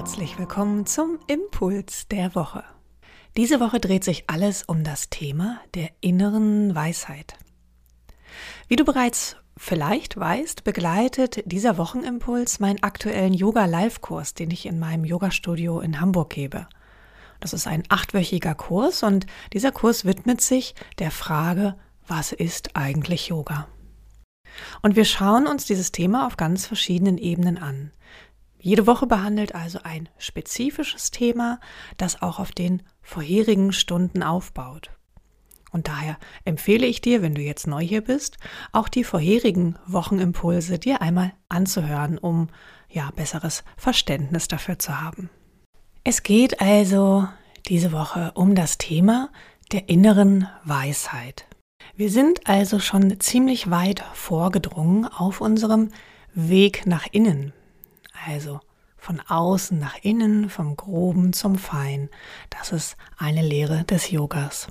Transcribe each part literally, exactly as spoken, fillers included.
herzlich willkommen zum Impuls der Woche. Diese Woche dreht sich alles um das Thema der inneren Weisheit. Wie du bereits vielleicht weißt, begleitet dieser Wochenimpuls meinen aktuellen Yoga-Live-Kurs, den ich in meinem Yoga-Studio in Hamburg gebe. Das ist ein achtwöchiger Kurs und dieser Kurs widmet sich der Frage, was ist eigentlich Yoga? Und wir schauen uns dieses Thema auf ganz verschiedenen Ebenen an. Jede Woche behandelt also ein spezifisches Thema, das auch auf den vorherigen Stunden aufbaut. Und daher empfehle ich dir, wenn du jetzt neu hier bist, auch die vorherigen Wochenimpulse dir einmal anzuhören, um ja besseres Verständnis dafür zu haben. Es geht also diese Woche um das Thema der inneren Weisheit. Wir sind also schon ziemlich weit vorgedrungen auf unserem Weg nach innen. Also von außen nach innen, vom Groben zum Fein. Das ist eine Lehre des Yogas.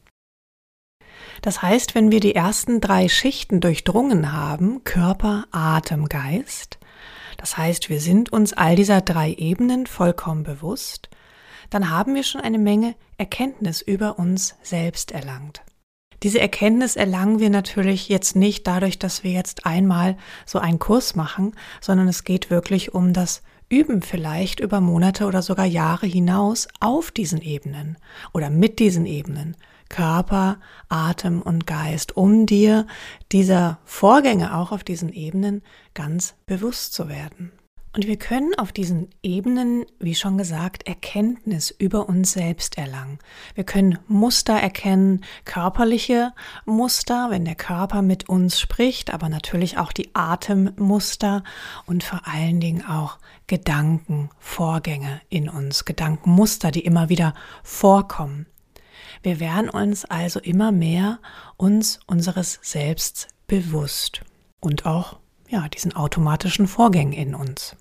Das heißt, wenn wir die ersten drei Schichten durchdrungen haben, Körper, Atem, Geist, das heißt, wir sind uns all dieser drei Ebenen vollkommen bewusst, dann haben wir schon eine Menge Erkenntnis über uns selbst erlangt. Diese Erkenntnis erlangen wir natürlich jetzt nicht dadurch, dass wir jetzt einmal so einen Kurs machen, sondern es geht wirklich um das Üben vielleicht über Monate oder sogar Jahre hinaus auf diesen Ebenen oder mit diesen Ebenen, Körper, Atem und Geist, um dir dieser Vorgänge auch auf diesen Ebenen ganz bewusst zu werden. Und wir können auf diesen Ebenen, wie schon gesagt, Erkenntnis über uns selbst erlangen. Wir können Muster erkennen, körperliche Muster, wenn der Körper mit uns spricht, aber natürlich auch die Atemmuster und vor allen Dingen auch Gedankenvorgänge in uns, Gedankenmuster, die immer wieder vorkommen. Wir werden uns also immer mehr uns unseres Selbst bewusst und auch ja, diesen automatischen Vorgängen in uns.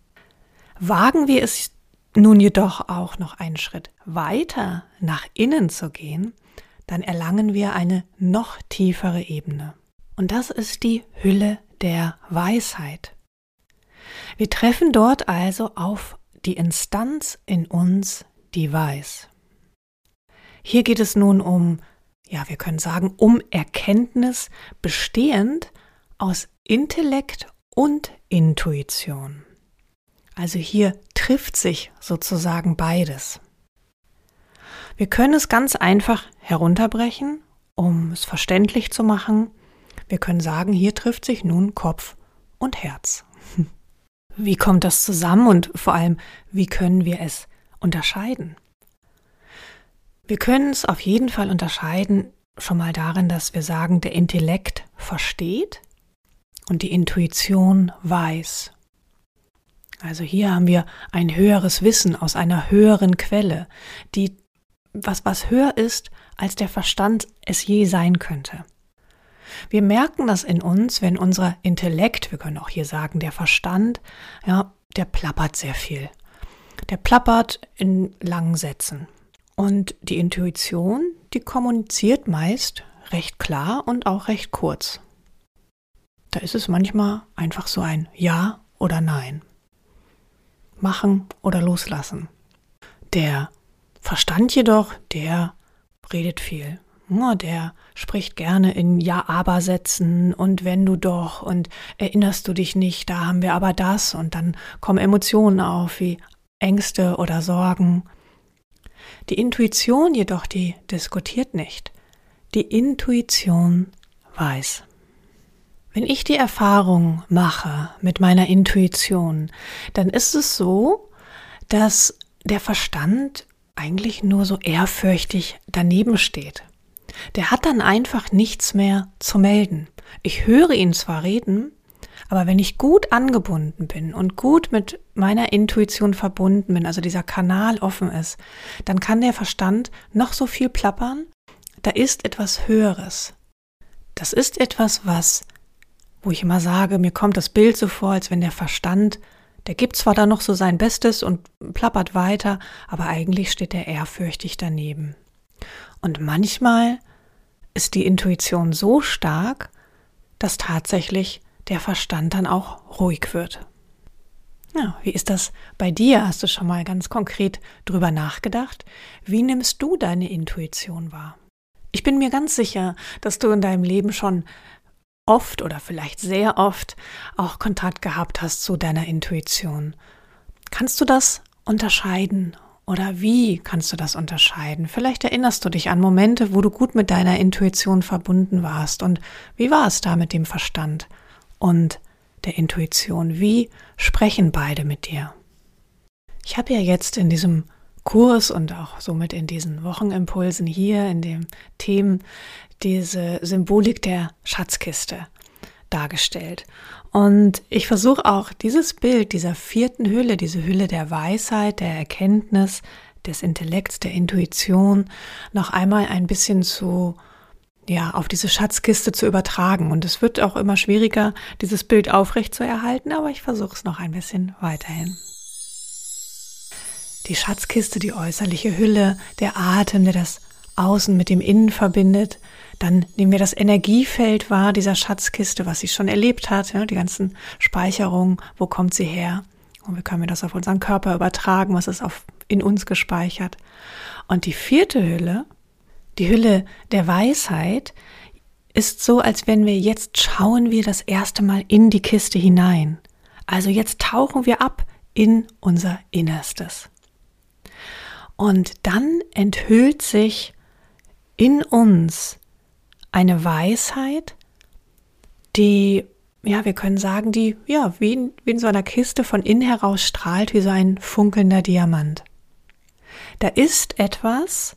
Wagen wir es nun jedoch auch noch einen Schritt weiter nach innen zu gehen, dann erlangen wir eine noch tiefere Ebene. Und das ist die Hülle der Weisheit. Wir treffen dort also auf die Instanz in uns, die weiß. Hier geht es nun um, ja, wir können sagen, um Erkenntnis bestehend aus Intellekt und Intuition. Also hier trifft sich sozusagen beides. Wir können es ganz einfach herunterbrechen, um es verständlich zu machen. Wir können sagen, hier trifft sich nun Kopf und Herz. Wie kommt das zusammen und vor allem, wie können wir es unterscheiden? Wir können es auf jeden Fall unterscheiden, schon mal darin, dass wir sagen, der Intellekt versteht und die Intuition weiß. Also hier haben wir ein höheres Wissen aus einer höheren Quelle, die was, was höher ist, als der Verstand es je sein könnte. Wir merken das in uns, wenn unser Intellekt, wir können auch hier sagen, der Verstand, ja, der plappert sehr viel. Der plappert in langen Sätzen. Und die Intuition, die kommuniziert meist recht klar und auch recht kurz. Da ist es manchmal einfach so ein Ja oder Nein. Machen oder loslassen. Der Verstand jedoch, der redet viel. Der spricht gerne in Ja-Aber-Sätzen und wenn du doch und erinnerst du dich nicht, da haben wir aber das und dann kommen Emotionen auf wie Ängste oder Sorgen. Die Intuition jedoch, die diskutiert nicht. Die Intuition weiß. Wenn ich die Erfahrung mache mit meiner Intuition, dann ist es so, dass der Verstand eigentlich nur so ehrfürchtig daneben steht. Der hat dann einfach nichts mehr zu melden. Ich höre ihn zwar reden, aber wenn ich gut angebunden bin und gut mit meiner Intuition verbunden bin, also dieser Kanal offen ist, dann kann der Verstand noch so viel plappern. Da ist etwas Höheres. Das ist etwas, was, wo ich immer sage, mir kommt das Bild so vor, als wenn der Verstand, der gibt zwar da noch so sein Bestes und plappert weiter, aber eigentlich steht er ehrfürchtig daneben. Und manchmal ist die Intuition so stark, dass tatsächlich der Verstand dann auch ruhig wird. Ja, wie ist das bei dir? Hast du schon mal ganz konkret drüber nachgedacht? Wie nimmst du deine Intuition wahr? Ich bin mir ganz sicher, dass du in deinem Leben schon oft oder vielleicht sehr oft auch Kontakt gehabt hast zu deiner Intuition. Kannst du das unterscheiden? Oder wie kannst du das unterscheiden? Vielleicht erinnerst du dich an Momente, wo du gut mit deiner Intuition verbunden warst. Und wie war es da mit dem Verstand und der Intuition? Wie sprechen beide mit dir? Ich habe ja jetzt in diesem Kurs und auch somit in diesen Wochenimpulsen hier in den Themen diese Symbolik der Schatzkiste dargestellt. Und ich versuche auch dieses Bild dieser vierten Hülle, diese Hülle der Weisheit, der Erkenntnis, des Intellekts, der Intuition, noch einmal ein bisschen zu, ja, auf diese Schatzkiste zu übertragen. Und es wird auch immer schwieriger, dieses Bild aufrecht zu erhalten, aber ich versuche es noch ein bisschen weiterhin. Die Schatzkiste, die äußerliche Hülle, der Atem, der das Außen mit dem Innen verbindet. Dann nehmen wir das Energiefeld wahr, dieser Schatzkiste, was sie schon erlebt hat, ja, die ganzen Speicherungen, wo kommt sie her? Und wie können wir das auf unseren Körper übertragen, was ist auf, in uns gespeichert? Und die vierte Hülle, die Hülle der Weisheit, ist so, als wenn wir jetzt schauen wir das erste Mal in die Kiste hinein. Also jetzt tauchen wir ab in unser Innerstes. Und dann enthüllt sich in uns eine Weisheit, die, ja, wir können sagen, die, ja, wie in, wie in so einer Kiste von innen heraus strahlt, wie so ein funkelnder Diamant. Da ist etwas,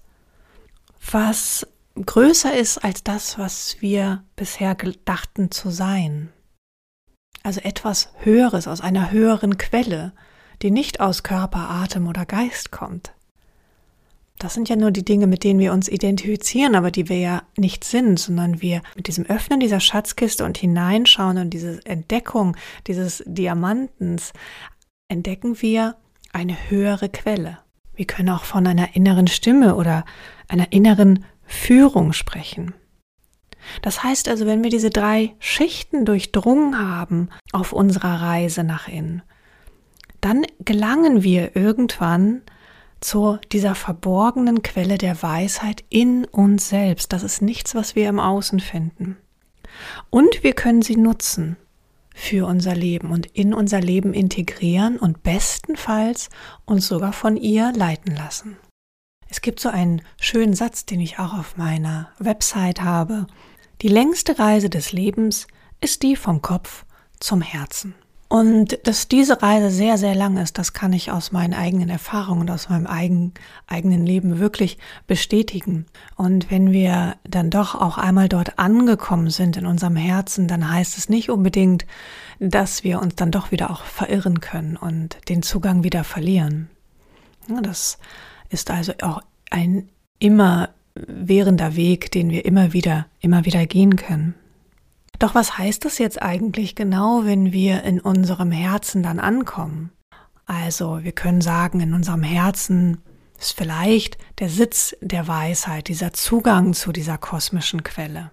was größer ist als das, was wir bisher dachten zu sein. Also etwas Höheres, aus einer höheren Quelle, die nicht aus Körper, Atem oder Geist kommt. Das sind ja nur die Dinge, mit denen wir uns identifizieren, aber die wir ja nicht sind, sondern wir mit diesem Öffnen dieser Schatzkiste und hineinschauen und diese Entdeckung dieses Diamantens entdecken wir eine höhere Quelle. Wir können auch von einer inneren Stimme oder einer inneren Führung sprechen. Das heißt also, wenn wir diese drei Schichten durchdrungen haben auf unserer Reise nach innen, dann gelangen wir irgendwann zu dieser verborgenen Quelle der Weisheit in uns selbst. Das ist nichts, was wir im Außen finden. Und wir können sie nutzen für unser Leben und in unser Leben integrieren und bestenfalls uns sogar von ihr leiten lassen. Es gibt so einen schönen Satz, den ich auch auf meiner Website habe. Die längste Reise des Lebens ist die vom Kopf zum Herzen. Und dass diese Reise sehr, sehr lang ist, das kann ich aus meinen eigenen Erfahrungen und aus meinem eigen, eigenen Leben wirklich bestätigen. Und wenn wir dann doch auch einmal dort angekommen sind in unserem Herzen, dann heißt es nicht unbedingt, dass wir uns dann doch wieder auch verirren können und den Zugang wieder verlieren. Ja, das ist also auch ein immerwährender Weg, den wir immer wieder, immer wieder gehen können. Doch was heißt das jetzt eigentlich genau, wenn wir in unserem Herzen dann ankommen? Also wir können sagen, in unserem Herzen ist vielleicht der Sitz der Weisheit, dieser Zugang zu dieser kosmischen Quelle.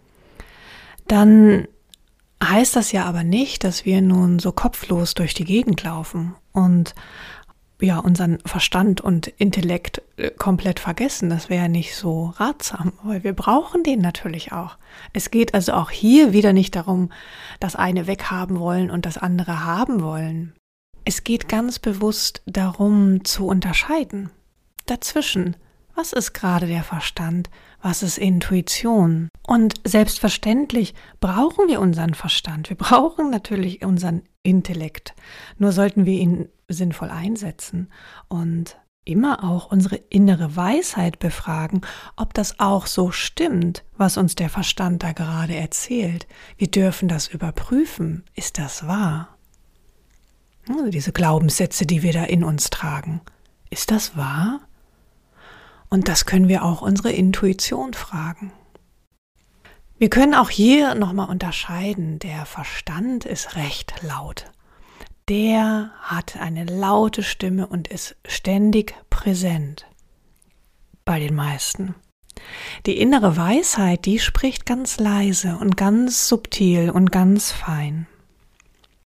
Dann heißt das ja aber nicht, dass wir nun so kopflos durch die Gegend laufen und ja, unseren Verstand und Intellekt komplett vergessen. Das wäre ja nicht so ratsam, weil wir brauchen den natürlich auch. Es geht also auch hier wieder nicht darum, das eine weghaben wollen und das andere haben wollen. Es geht ganz bewusst darum, zu unterscheiden. Dazwischen, was ist gerade der Verstand, was ist Intuition? Und selbstverständlich brauchen wir unseren Verstand. Wir brauchen natürlich unseren Intellekt. Nur sollten wir ihn sinnvoll einsetzen und immer auch unsere innere Weisheit befragen, ob das auch so stimmt, was uns der Verstand da gerade erzählt. Wir dürfen das überprüfen. Ist das wahr? Also diese Glaubenssätze, die wir da in uns tragen. Ist das wahr? Und das können wir auch unsere Intuition fragen. Wir können auch hier nochmal unterscheiden. Der Verstand ist recht laut. Der hat eine laute Stimme und ist ständig präsent bei den meisten. Die innere Weisheit, die spricht ganz leise und ganz subtil und ganz fein.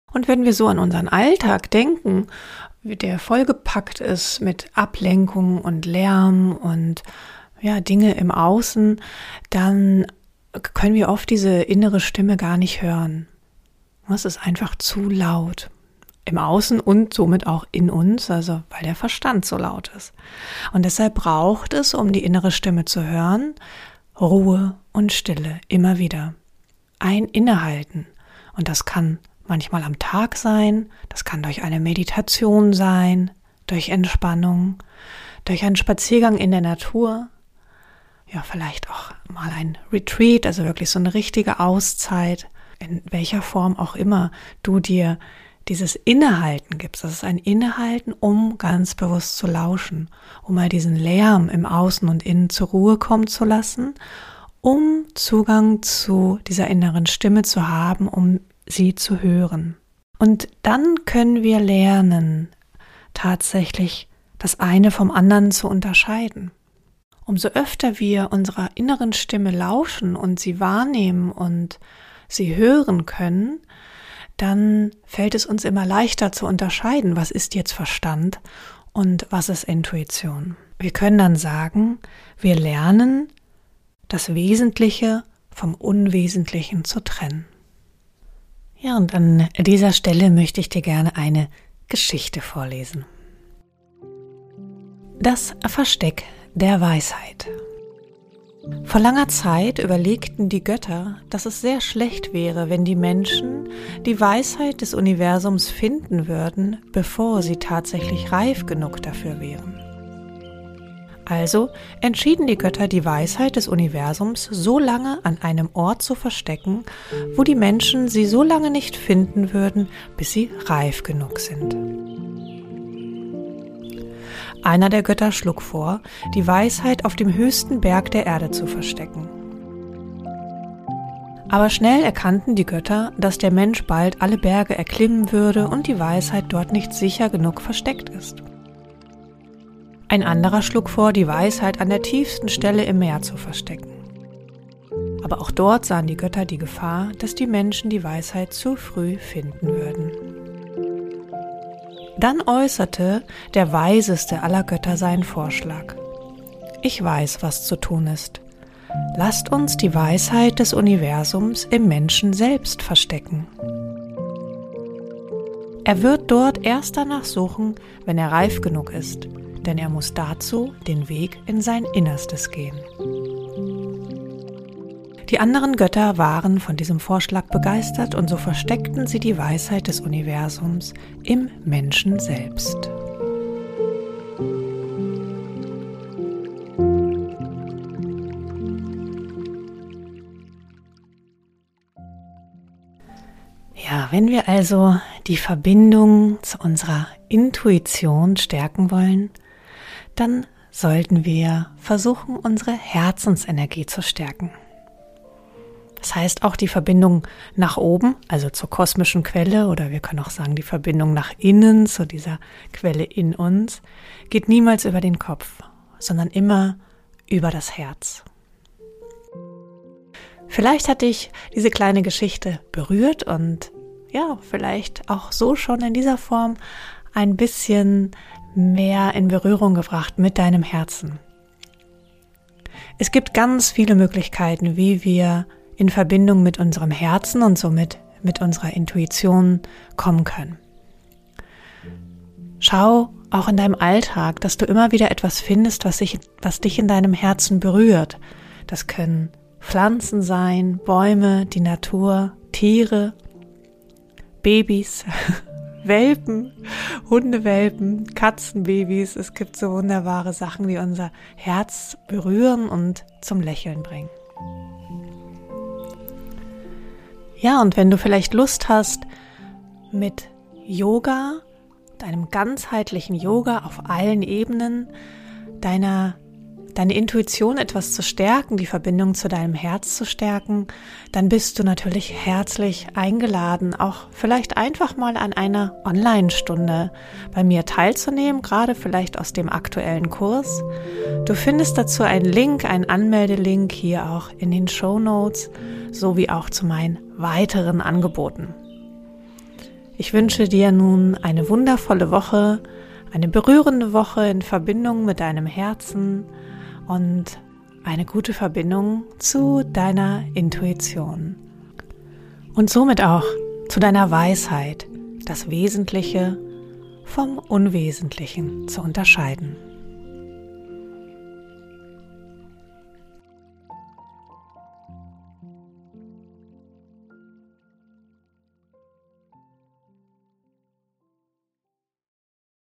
Und wenn wir so an unseren Alltag denken, der vollgepackt ist mit Ablenkung und Lärm und ja, Dinge im Außen, dann können wir oft diese innere Stimme gar nicht hören. Es ist einfach zu laut. Im Außen und somit auch in uns, also weil der Verstand so laut ist. Und deshalb braucht es, um die innere Stimme zu hören, Ruhe und Stille immer wieder. Ein Innehalten. Und das kann manchmal am Tag sein, das kann durch eine Meditation sein, durch Entspannung, durch einen Spaziergang in der Natur, ja vielleicht auch mal ein Retreat, also wirklich so eine richtige Auszeit, in welcher Form auch immer du dir dieses Innehalten gibst. Das ist ein Innehalten, um ganz bewusst zu lauschen, um mal diesen Lärm im Außen und Innen zur Ruhe kommen zu lassen, um Zugang zu dieser inneren Stimme zu haben, um sie zu hören. Und dann können wir lernen, tatsächlich das eine vom anderen zu unterscheiden. Umso öfter wir unserer inneren Stimme lauschen und sie wahrnehmen und sie hören können, dann fällt es uns immer leichter zu unterscheiden, was ist jetzt Verstand und was ist Intuition. Wir können dann sagen, wir lernen, das Wesentliche vom Unwesentlichen zu trennen. Ja, und an dieser Stelle möchte ich dir gerne eine Geschichte vorlesen. Das Versteck der Weisheit. Vor langer Zeit überlegten die Götter, dass es sehr schlecht wäre, wenn die Menschen die Weisheit des Universums finden würden, bevor sie tatsächlich reif genug dafür wären. Also entschieden die Götter, die Weisheit des Universums so lange an einem Ort zu verstecken, wo die Menschen sie so lange nicht finden würden, bis sie reif genug sind. Einer der Götter schlug vor, die Weisheit auf dem höchsten Berg der Erde zu verstecken. Aber schnell erkannten die Götter, dass der Mensch bald alle Berge erklimmen würde und die Weisheit dort nicht sicher genug versteckt ist. Ein anderer schlug vor, die Weisheit an der tiefsten Stelle im Meer zu verstecken. Aber auch dort sahen die Götter die Gefahr, dass die Menschen die Weisheit zu früh finden würden. Dann äußerte der weiseste aller Götter seinen Vorschlag. Ich weiß, was zu tun ist. Lasst uns die Weisheit des Universums im Menschen selbst verstecken. Er wird dort erst danach suchen, wenn er reif genug ist, denn er muss dazu den Weg in sein Innerstes gehen. Die anderen Götter waren von diesem Vorschlag begeistert und so versteckten sie die Weisheit des Universums im Menschen selbst. Ja, wenn wir also die Verbindung zu unserer Intuition stärken wollen, dann sollten wir versuchen, unsere Herzensenergie zu stärken. Das heißt auch die Verbindung nach oben, also zur kosmischen Quelle, oder wir können auch sagen, die Verbindung nach innen, zu dieser Quelle in uns, geht niemals über den Kopf, sondern immer über das Herz. Vielleicht hat dich diese kleine Geschichte berührt und ja, vielleicht auch so schon in dieser Form ein bisschen mehr in Berührung gebracht mit deinem Herzen. Es gibt ganz viele Möglichkeiten, wie wir in Verbindung mit unserem Herzen und somit mit unserer Intuition kommen können. Schau auch in deinem Alltag, dass du immer wieder etwas findest, was, sich, was dich in deinem Herzen berührt. Das können Pflanzen sein, Bäume, die Natur, Tiere, Babys, Welpen, Hundewelpen, Katzenbabys. Es gibt so wunderbare Sachen, die unser Herz berühren und zum Lächeln bringen. Ja, und wenn du vielleicht Lust hast, mit Yoga, deinem ganzheitlichen Yoga auf allen Ebenen, deiner, deine Intuition etwas zu stärken, die Verbindung zu deinem Herz zu stärken, dann bist du natürlich herzlich eingeladen, auch vielleicht einfach mal an einer Online-Stunde bei mir teilzunehmen, gerade vielleicht aus dem aktuellen Kurs. Du findest dazu einen Link, einen Anmeldelink hier auch in den Shownotes, sowie auch zu meinen weiteren Angeboten. Ich wünsche dir nun eine wundervolle Woche, eine berührende Woche in Verbindung mit deinem Herzen und eine gute Verbindung zu deiner Intuition. Und somit auch zu deiner Weisheit, das Wesentliche vom Unwesentlichen zu unterscheiden.